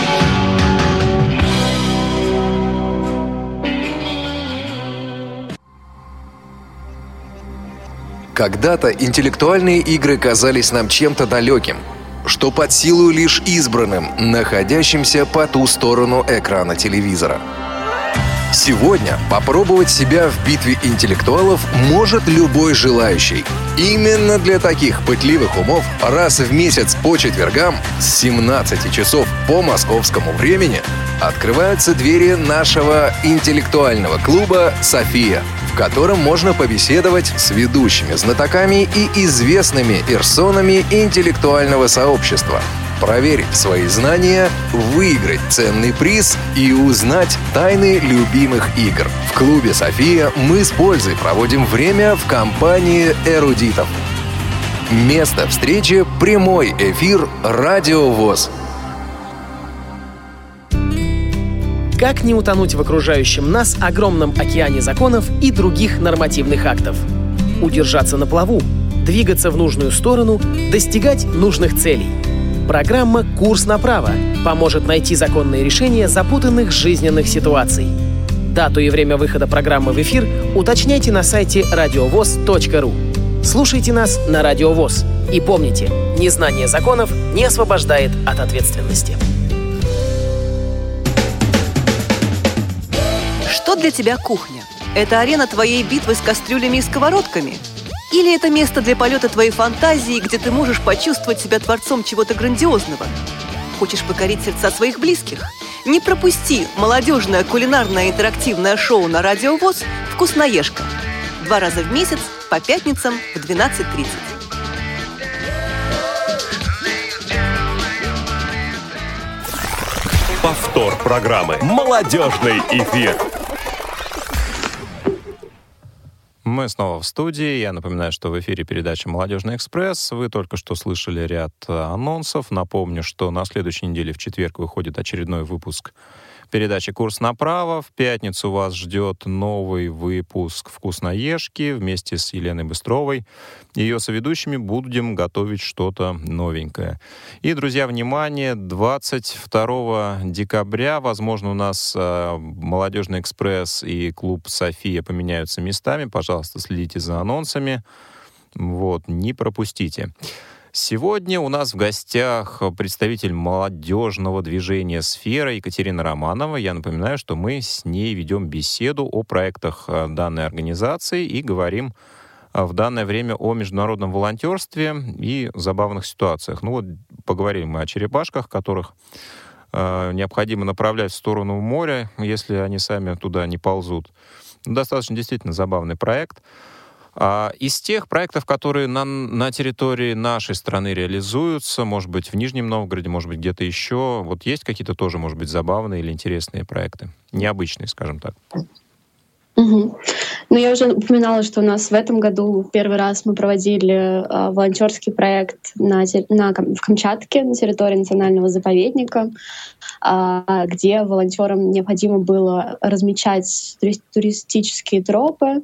Когда-то интеллектуальные игры казались нам чем-то далеким, что под силу лишь избранным, находящимся по ту сторону экрана телевизора. Сегодня попробовать себя в битве интеллектуалов может любой желающий. Именно для таких пытливых умов раз в месяц по четвергам с семнадцати часов по московскому времени открываются двери нашего интеллектуального клуба «София», в котором можно побеседовать с ведущими знатоками и известными персонами интеллектуального сообщества, проверить свои знания, выиграть ценный приз и узнать тайны любимых игр. В клубе «София» мы с пользой проводим время в компании эрудитов. Место встречи – прямой эфир «Радио ВОС». Как не утонуть в окружающем нас огромном океане законов и других нормативных актов? Удержаться на плаву, двигаться в нужную сторону, достигать нужных целей. Программа «Курс на право» поможет найти законные решения запутанных жизненных ситуаций. Дату и время выхода программы в эфир уточняйте на сайте радиовоз точка ру. Слушайте нас на Радио ВОС. И помните, незнание законов не освобождает от ответственности. Что для тебя кухня? Это арена твоей битвы с кастрюлями и сковородками? Или это место для полета твоей фантазии, где ты можешь почувствовать себя творцом чего-то грандиозного? Хочешь покорить сердца своих близких? Не пропусти молодежное кулинарное интерактивное шоу на Радио ВОС «Вкусноежка». Два раза в месяц по пятницам в двенадцать тридцать. Повтор программы «Молодежный эфир». Мы снова в студии. Я напоминаю, что в эфире передача «Молодежный экспресс». Вы только что слышали ряд анонсов. Напомню, что на следующей неделе в четверг выходит очередной выпуск передачи «Курс на право». В пятницу вас ждет новый выпуск «Вкусноежки» вместе с Еленой Быстровой. Ее соведущими будем готовить что-то новенькое. И, друзья, внимание, двадцать второго декабря, возможно, у нас э, «Молодежный экспресс» и клуб «София» поменяются местами. Пожалуйста, следите за анонсами. Вот, не пропустите. Сегодня у нас в гостях представитель молодежного движения «Сфера» Екатерина Романова. Я напоминаю, что мы с ней ведем беседу о проектах данной организации и говорим в данное время о международном волонтерстве и забавных ситуациях. Ну вот, поговорим мы о черепашках, которых э, необходимо направлять в сторону моря, если они сами туда не ползут. Достаточно действительно забавный проект. А из тех проектов, которые на, на территории нашей страны реализуются, может быть, в Нижнем Новгороде, может быть, где-то еще, вот есть какие-то тоже, может быть, забавные или интересные проекты? Необычные, скажем так. Угу. Ну, я уже упоминала, что у нас в этом году первый раз мы проводили э, волонтерский проект на, на, в Камчатке, на территории национального заповедника, э, где волонтерам необходимо было размечать тури- туристические тропы.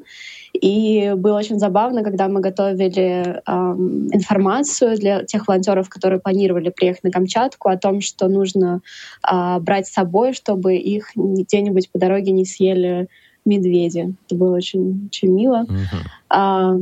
И было очень забавно, когда мы готовили эм, информацию для тех волонтеров, которые планировали приехать на Камчатку, о том, что нужно э, брать с собой, чтобы их где-нибудь по дороге не съели медведи. Это было очень, очень мило. Mm-hmm. А,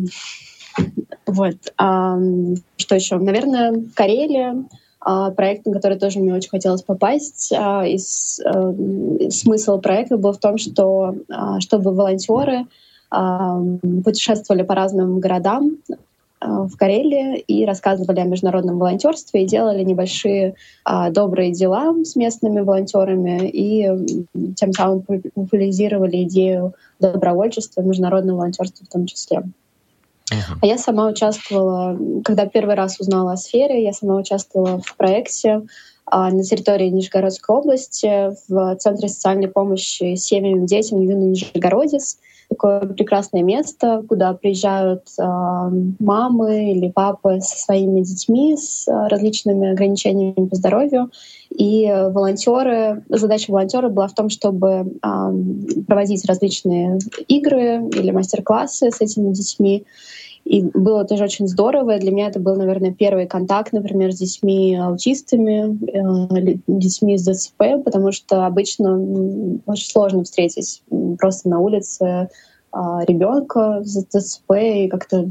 вот. А, что еще? Наверное, Карелия. А, проект, на который тоже мне очень хотелось попасть. А, и с, а, смысл проекта был в том, что а, чтобы волонтеры а, путешествовали по разным городам в Карелии и рассказывали о международном волонтерстве и делали небольшие а, добрые дела с местными волонтерами и тем самым популяризировали идею добровольчества, международного волонтерства в том числе. Uh-huh. А я сама участвовала, когда первый раз узнала о сфере, я сама участвовала в проекте а, на территории Нижегородской области в Центре социальной помощи семьям и детям «Юный Нижегородец». Такое прекрасное место, куда приезжают э, мамы или папы со своими детьми с э, различными ограничениями по здоровью. И волонтеры, задача волонтера была в том, чтобы э, проводить различные игры или мастер-классы с этими детьми. И было тоже очень здорово. Для меня это был, наверное, первый контакт, например, с детьми-аутистами, э, детьми с ДЦП, потому что обычно очень сложно встретить просто на улице э, ребенка с ДЦП и как-то,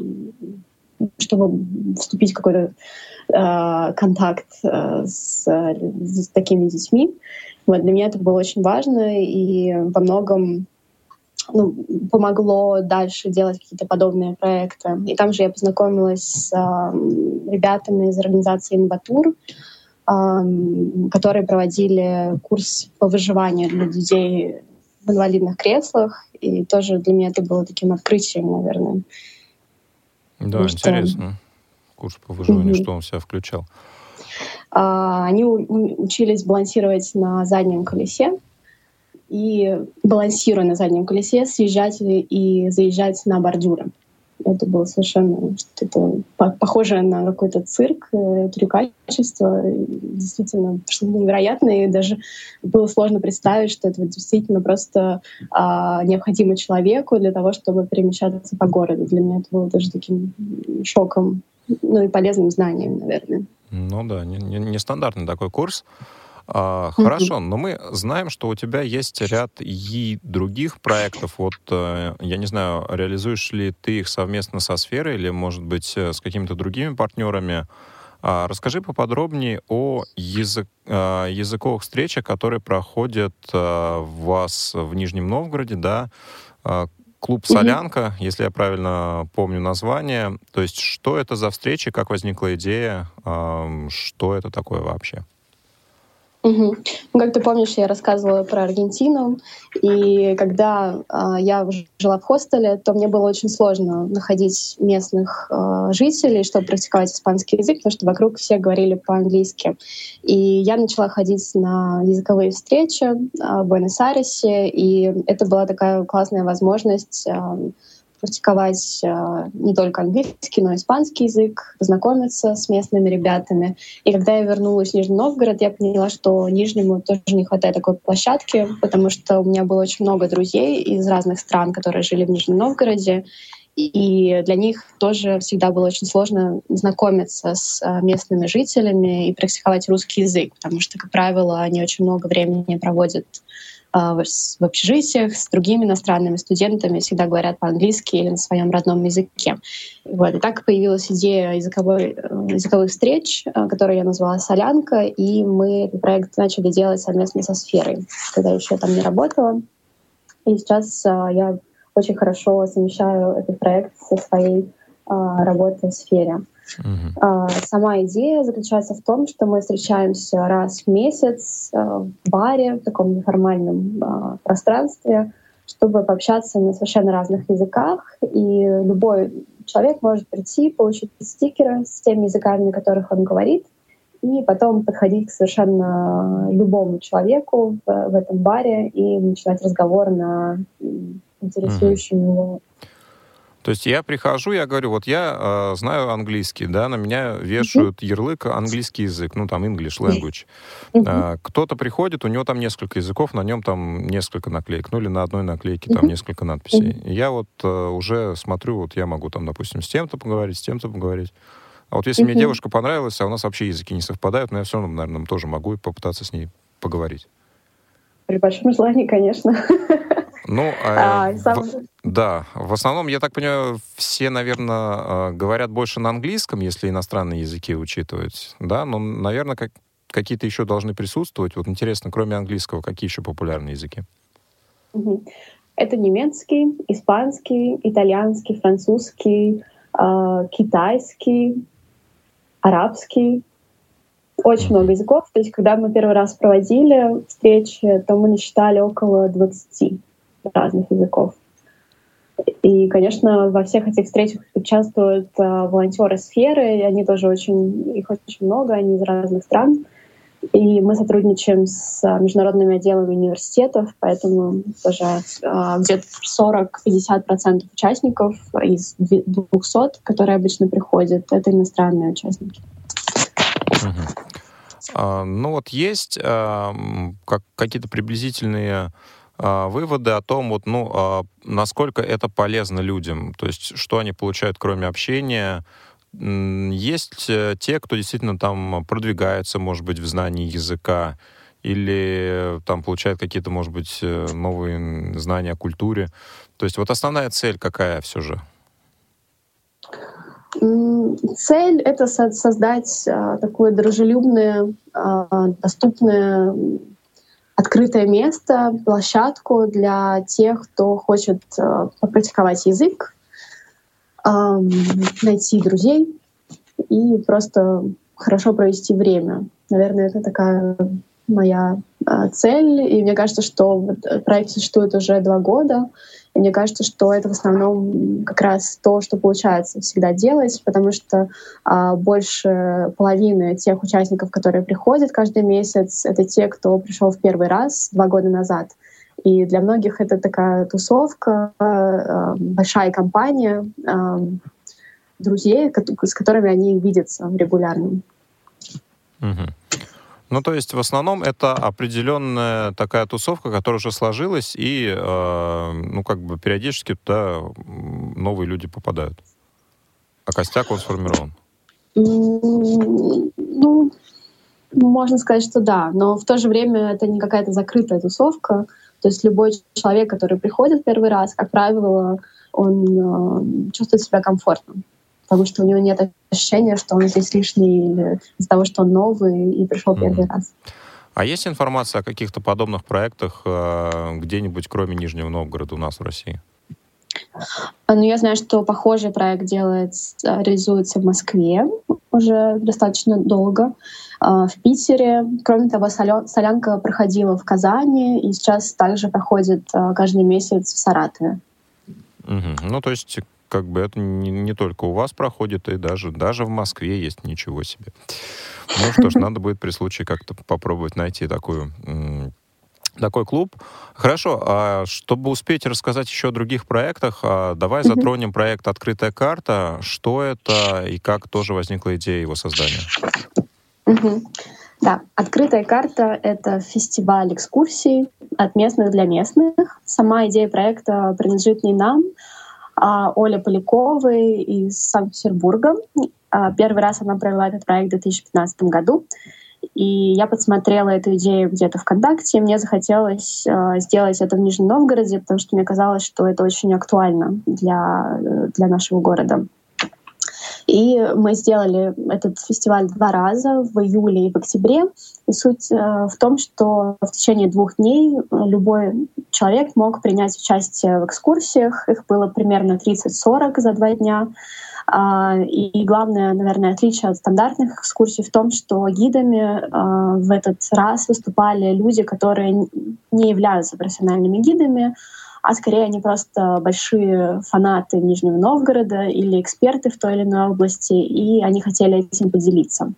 чтобы вступить в какой-то э, контакт э, с, с такими детьми. Вот, для меня это было очень важно и во многом Ну, помогло дальше делать какие-то подобные проекты. И там же я познакомилась с э, ребятами из организации «Инватур», э, которые проводили курс по выживанию для людей в инвалидных креслах. И тоже для меня это было таким открытием, наверное. Да, потому интересно. Что... Курс по выживанию, mm-hmm. что он в себя включал? Э, они у- учились балансировать на заднем колесе, и, балансируя на заднем колесе, съезжать и заезжать на бордюры. Это было совершенно что-то похожее на какой-то цирк, трюкачество. Действительно, что-то невероятное. И даже было сложно представить, что это действительно просто а, необходимо человеку для того, чтобы перемещаться по городу. Для меня это было даже таким шоком, ну и полезным знанием, наверное. Ну да, нестандартный не, не такой курс. А, хорошо, но мы знаем, что у тебя есть ряд и других проектов. Вот, я не знаю, реализуешь ли ты их совместно со сферой или, может быть, с какими-то другими партнерами. А, расскажи поподробнее о язык, языковых встречах, которые проходят у вас в Нижнем Новгороде, да? Клуб «Солянка», если я правильно помню название. То есть, что это за встречи, как возникла идея, что это такое вообще? Угу. Ну, как ты помнишь, я рассказывала про Аргентину, и когда э, я жила в хостеле, то мне было очень сложно находить местных э, жителей, чтобы практиковать испанский язык, потому что вокруг все говорили по-английски. И я начала ходить на языковые встречи э, в Буэнос-Айресе, и это была такая классная возможность э, практиковать э, не только английский, но и испанский язык, познакомиться с местными ребятами. И когда я вернулась в Нижний Новгород, я поняла, что Нижнему тоже не хватает такой площадки, потому что у меня было очень много друзей из разных стран, которые жили в Нижнем Новгороде, и для них тоже всегда было очень сложно знакомиться с местными жителями и практиковать русский язык, потому что, как правило, они очень много времени проводят в общежитиях с другими иностранными студентами, всегда говорят по-английски или на своем родном языке. Вот. И так появилась идея языковой, языковых встреч, которую я назвала «Солянка», и мы этот проект начали делать совместно со сферой, когда еще там не работала. И сейчас я очень хорошо совмещаю этот проект со своей работой в сфере. Uh-huh. Сама идея заключается в том, что мы встречаемся раз в месяц в баре, в таком неформальном пространстве, чтобы пообщаться на совершенно разных языках. И любой человек может прийти, получить стикеры с теми языками, на которых он говорит, и потом подходить к совершенно любому человеку в, в этом баре и начинать разговор на интересующем uh-huh. его. То есть я прихожу, я говорю, вот я э, знаю английский, да, на меня вешают uh-huh. ярлык английский язык, ну там English language. Uh-huh. Э, кто-то приходит, у него там несколько языков, на нем там несколько наклеек, ну или на одной наклейке uh-huh. там несколько надписей. Uh-huh. И я вот э, уже смотрю, вот я могу там, допустим, с тем-то поговорить, с тем-то поговорить. А вот если uh-huh. мне девушка понравилась, а у нас вообще языки не совпадают, но я все равно, наверное, тоже могу попытаться с ней поговорить. При большом желании, конечно. Ну, э, а, сам... в, да, в основном, я так понимаю, все, наверное, говорят больше на английском, если иностранные языки учитывать, да, но, наверное, как, какие-то еще должны присутствовать. Вот интересно, кроме английского, какие еще популярные языки? Это немецкий, испанский, итальянский, французский, э, китайский, арабский. Очень много языков. То есть, когда мы первый раз проводили встречи, то мы насчитали около двадцати разных языков. И, конечно, во всех этих встречах участвуют э, волонтеры сферы, и они тоже очень, их очень много, они из разных стран. И мы сотрудничаем с международными отделами университетов, поэтому тоже э, где-то сорок-пятьдесят процентов участников из двухсот, которые обычно приходят, это иностранные участники. Uh-huh. А, ну вот есть а, как, какие-то приблизительные а, выводы о том, вот, ну, а, насколько это полезно людям, то есть что они получают, кроме общения. Есть те, кто действительно там продвигается, может быть, в знании языка, или там получает какие-то, может быть, новые знания о культуре. То есть вот основная цель какая все же? Цель — это создать такое дружелюбное, доступное, открытое место, площадку для тех, кто хочет попрактиковать язык, найти друзей и просто хорошо провести время. Наверное, это такая моя цель. И мне кажется, что проект существует уже два года. И мне кажется, что это в основном как раз то, что получается всегда делать, потому что а, больше половины тех участников, которые приходят каждый месяц, это те, кто пришел в первый раз два года назад. И для многих это такая тусовка, а, большая компания а, друзей, с которыми они видятся регулярно. Угу. Ну, то есть, в основном, это определенная такая тусовка, которая уже сложилась, и, э, ну, как бы, периодически туда новые люди попадают. А костяк, он сформирован. Ну, можно сказать, что да. Но в то же время это не какая-то закрытая тусовка. То есть любой человек, который приходит первый раз, как правило, он э, чувствует себя комфортно. Потому что у него нет ощущения, что он здесь лишний, или из-за того, что он новый и пришел первый mm. раз. А есть информация о каких-то подобных проектах э, где-нибудь, кроме Нижнего Новгорода, у нас в России? Ну, я знаю, что похожий проект делается, реализуется в Москве уже достаточно долго, в Питере. Кроме того, солянка проходила в Казани, и сейчас также проходит каждый месяц в Саратове. Угу. Ну, то есть, как бы это не, не только у вас проходит, и даже, даже в Москве есть, ничего себе. Ну что ж, надо будет при случае как-то попробовать найти такую... Такой клуб. Хорошо, а чтобы успеть рассказать еще о других проектах, давай mm-hmm. затронем проект «Открытая карта». Что это и как тоже возникла идея его создания? Mm-hmm. Да, «Открытая карта» — это фестиваль экскурсий от местных для местных. Сама идея проекта принадлежит не нам, а Оле Поляковой из Санкт-Петербурга. Первый раз она провела этот проект в две тысячи пятнадцатом году. И я подсмотрела эту идею где-то ВКонтакте, и мне захотелось э, сделать это в Нижнем Новгороде, потому что мне казалось, что это очень актуально для, для нашего города. И мы сделали этот фестиваль два раза, в июле и в октябре. И суть э, в том, что в течение двух дней любой человек мог принять участие в экскурсиях. Их было примерно тридцать-сорок за два дня. И главное, наверное, отличие от стандартных экскурсий в том, что гидами в этот раз выступали люди, которые не являются профессиональными гидами, а скорее они просто большие фанаты Нижнего Новгорода или эксперты в той или иной области, и они хотели этим поделиться.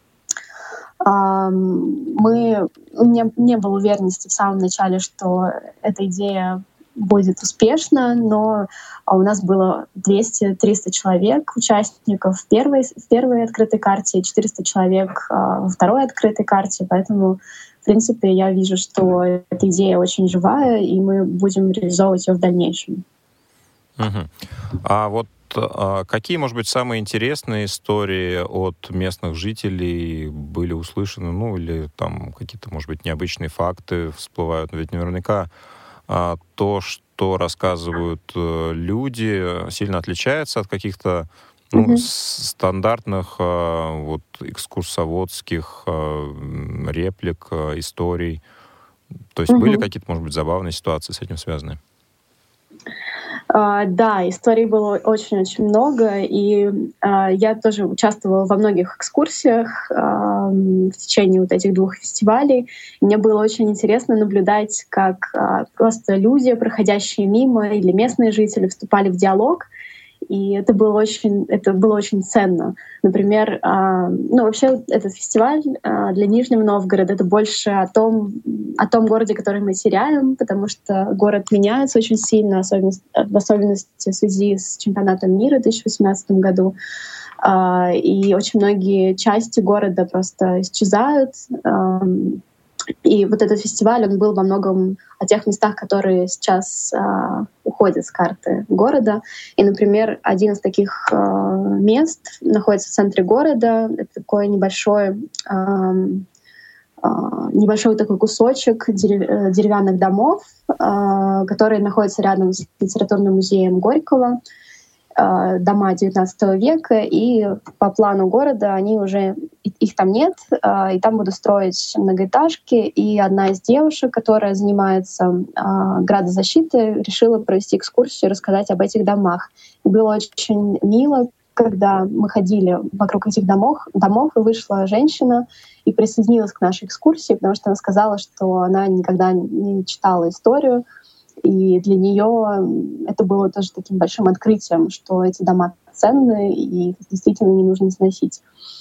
Мы, у меня не было уверенности в самом начале, что эта идея будет успешно, но у нас было двести-триста человек, участников в первой, в первой открытой карте, четыреста человек во второй открытой карте, поэтому, в принципе, я вижу, что эта идея очень живая, и мы будем реализовывать ее в дальнейшем. Угу. А вот а какие, может быть, самые интересные истории от местных жителей были услышаны, ну, или там какие-то, может быть, необычные факты всплывают? Ведь наверняка А то, что рассказывают люди, сильно отличается от каких-то ну, mm-hmm. стандартных вот, экскурсоводских реплик, историй. То есть mm-hmm. были какие-то, может быть, забавные ситуации с этим связаны? Uh, да, историй было очень-очень много, и uh, я тоже участвовала во многих экскурсиях uh, в течение вот этих двух фестивалей. Мне было очень интересно наблюдать, как uh, просто люди, проходящие мимо, или местные жители вступали в диалог, и это было очень, это было очень ценно. Например, uh, ну вообще этот фестиваль uh, для Нижнего Новгорода — это больше о том, о том городе, который мы теряем, потому что город меняется очень сильно, особенно, в особенности в связи с чемпионатом мира в две тысячи восемнадцатом году. Uh, и очень многие части города просто исчезают. Uh, И вот этот фестиваль, он был во многом о тех местах, которые сейчас э, уходят с карты города. И, например, один из таких э, мест находится в центре города. Это такой небольшой, э, э, небольшой такой кусочек дерев- деревянных домов, э, который находится рядом с литературным музеем Горького. Дома девятнадцатого века, и по плану города они уже, их там нет, и там будут строить многоэтажки. И одна из девушек, которая занимается градозащитой, решила провести экскурсию и рассказать об этих домах. И было очень мило, когда мы ходили вокруг этих домов, домов, и вышла женщина и присоединилась к нашей экскурсии, потому что она сказала, что она никогда не читала историю. И для нее это было тоже таким большим открытием, что эти дома ценны и их действительно не нужно сносить.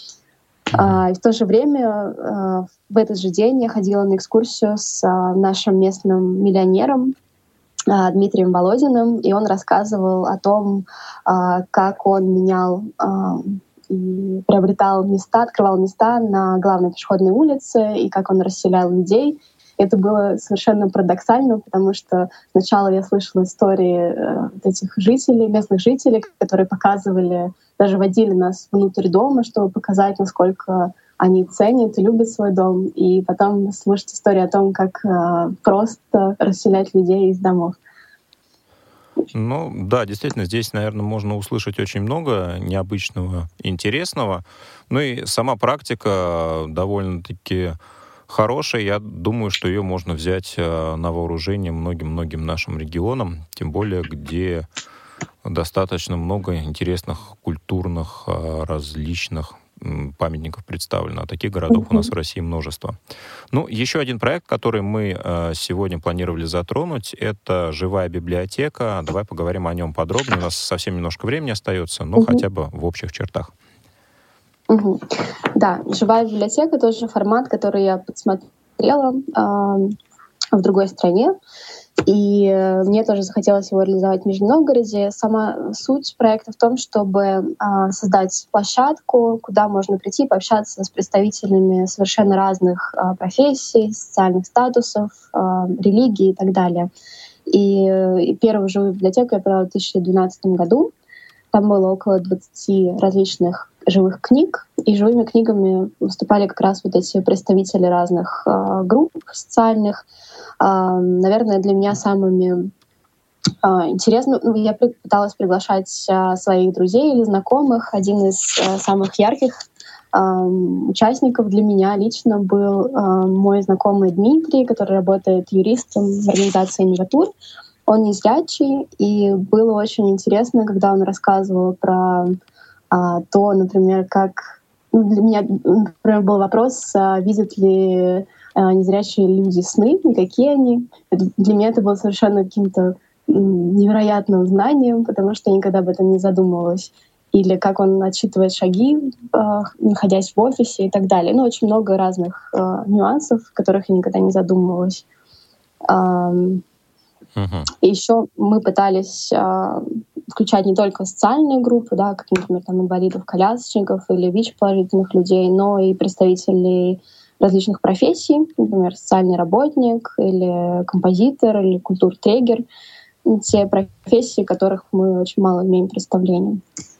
А, и в то же время а, в этот же день я ходила на экскурсию с а, нашим местным миллионером а, Дмитрием Володиным, и он рассказывал о том, а, как он менял а, и приобретал места, открывал места на главной пешеходной улице, и как он расселял людей. Это было совершенно парадоксально, потому что сначала я слышала истории э, этих жителей, местных жителей, которые показывали, даже водили нас внутрь дома, чтобы показать, насколько они ценят и любят свой дом. И потом слышать истории о том, как э, просто расселять людей из домов. Ну, да, действительно, здесь, наверное, можно услышать очень много необычного, интересного. Ну и сама практика довольно-таки хорошая. Я думаю, что ее можно взять на вооружение многим-многим нашим регионам, тем более, где достаточно много интересных, культурных, различных памятников представлено. А таких городов у нас в России множество. Ну, еще один проект, который мы сегодня планировали затронуть, это «Живая библиотека». Давай поговорим о нем подробнее. У нас совсем немножко времени остается, но хотя бы в общих чертах. Угу. Да, «Живая библиотека» — тоже формат, который я подсмотрела э, в другой стране. И э, мне тоже захотелось его реализовать в Нижнем Новгороде. Сама суть проекта в том, чтобы э, создать площадку, куда можно прийти, пообщаться с представителями совершенно разных э, профессий, социальных статусов, э, религий и так далее. И, э, и первую живую библиотеку я провела в две тысячи двенадцатом году. Там было около двадцати различных живых книг, и живыми книгами выступали как раз вот эти представители разных э, групп социальных. Э, наверное, для меня самыми э, интересными... Ну, я пыталась приглашать э, своих друзей или знакомых. Один из э, самых ярких э, участников для меня лично был э, мой знакомый Дмитрий, который работает юристом в организации «Миротур». Он незрячий, и было очень интересно, когда он рассказывал про а, то, например, как... Ну, для меня, например, был вопрос, а, видят ли а, незрячие люди сны, и какие они. Это, для меня это было совершенно каким-то м, невероятным знанием, потому что я никогда об этом не задумывалась. Или как он отсчитывает шаги, а, находясь в офисе и так далее. Ну, очень много разных а, нюансов, о которых я никогда не задумывалась. А, Uh-huh. И еще мы пытались э, включать не только социальные группы, да, как, например, там, инвалидов, колясочников или ВИЧ-положительных людей, но и представителей различных профессий, например, социальный работник или композитор или культуртрегер. Те профессии, о которых мы очень мало имеем представления.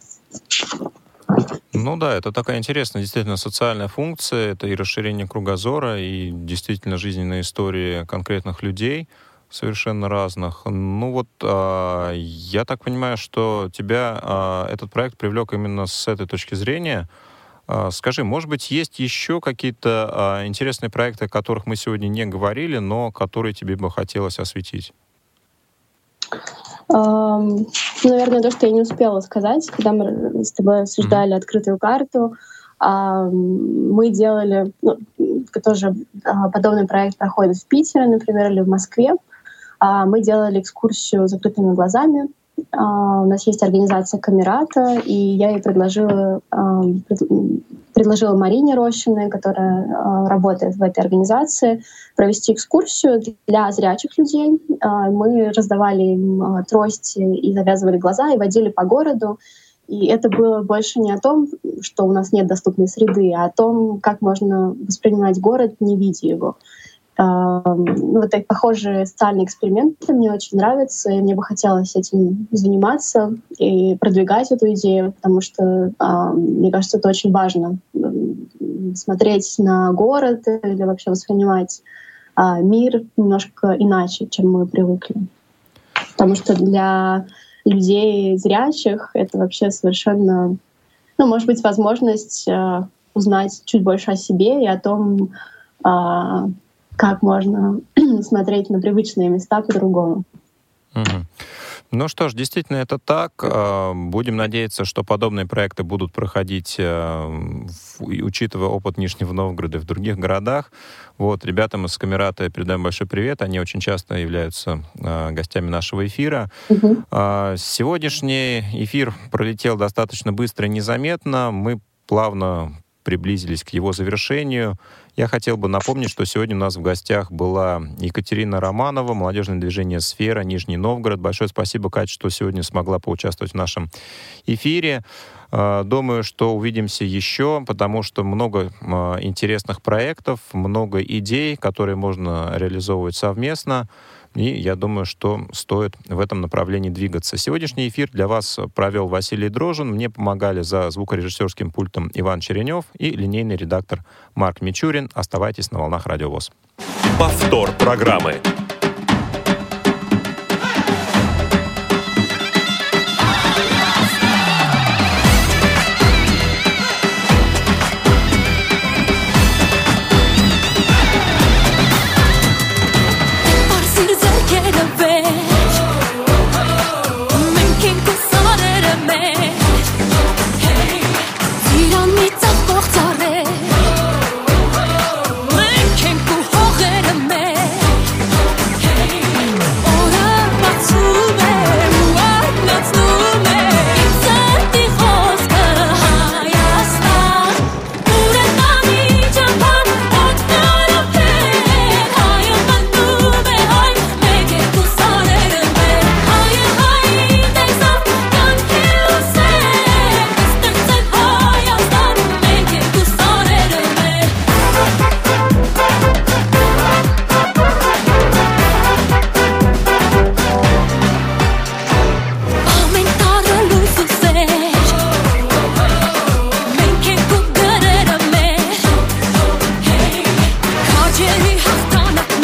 Ну да, это такая интересная действительно социальная функция, это и расширение кругозора, и действительно жизненные истории конкретных людей, совершенно разных. Ну вот, э, я так понимаю, что тебя э, этот проект привлек именно с этой точки зрения. Э, скажи, может быть, есть еще какие-то э, интересные проекты, о которых мы сегодня не говорили, но которые тебе бы хотелось осветить? Um, наверное, то, что я не успела сказать, когда мы с тобой обсуждали mm-hmm. открытую карту, uh, мы делали, ну, тоже uh, подобный проект проходит в Питере, например, или в Москве. Uh, мы делали экскурсию закрытыми глазами. Uh, у нас есть организация Камерата, и я ей предложила, uh, пред, предложила Марине Рощиной, которая uh, работает в этой организации, провести экскурсию для зрячих людей. Uh, мы раздавали им uh, трости и завязывали глаза, и водили по городу. И это было больше не о том, что у нас нет доступной среды, а о том, как можно воспринимать город, не видя его. Uh, ну, вот так похожие социальные эксперименты мне очень нравятся, и мне бы хотелось этим заниматься и продвигать эту идею, потому что, uh, мне кажется, это очень важно — смотреть на город или вообще воспринимать uh, мир немножко иначе, чем мы привыкли. Потому что для людей зрячих это вообще совершенно, ну, может быть, возможность uh, узнать чуть больше о себе и о том, uh, как можно смотреть на привычные места по-другому. Угу. Ну что ж, действительно, это так. Будем надеяться, что подобные проекты будут проходить, учитывая опыт Нижнего Новгорода и в других городах. Вот, ребятам из Камерата передаем большой привет. Они очень часто являются гостями нашего эфира. Угу. Сегодняшний эфир пролетел достаточно быстро и незаметно. Мы плавно приблизились к его завершению. Я хотел бы напомнить, что сегодня у нас в гостях была Екатерина Романова, молодежное движение «Сфера», Нижний Новгород. Большое спасибо, Катя, что сегодня смогла поучаствовать в нашем эфире. Думаю, что увидимся еще, потому что много интересных проектов, много идей, которые можно реализовывать совместно. И я думаю, что стоит в этом направлении двигаться. Сегодняшний эфир для вас провел Василий Дрожин. Мне помогали за звукорежиссерским пультом Иван Черенев и линейный редактор Марк Мичурин. Оставайтесь на волнах Радио ВОС. Повтор программы. Jelly has done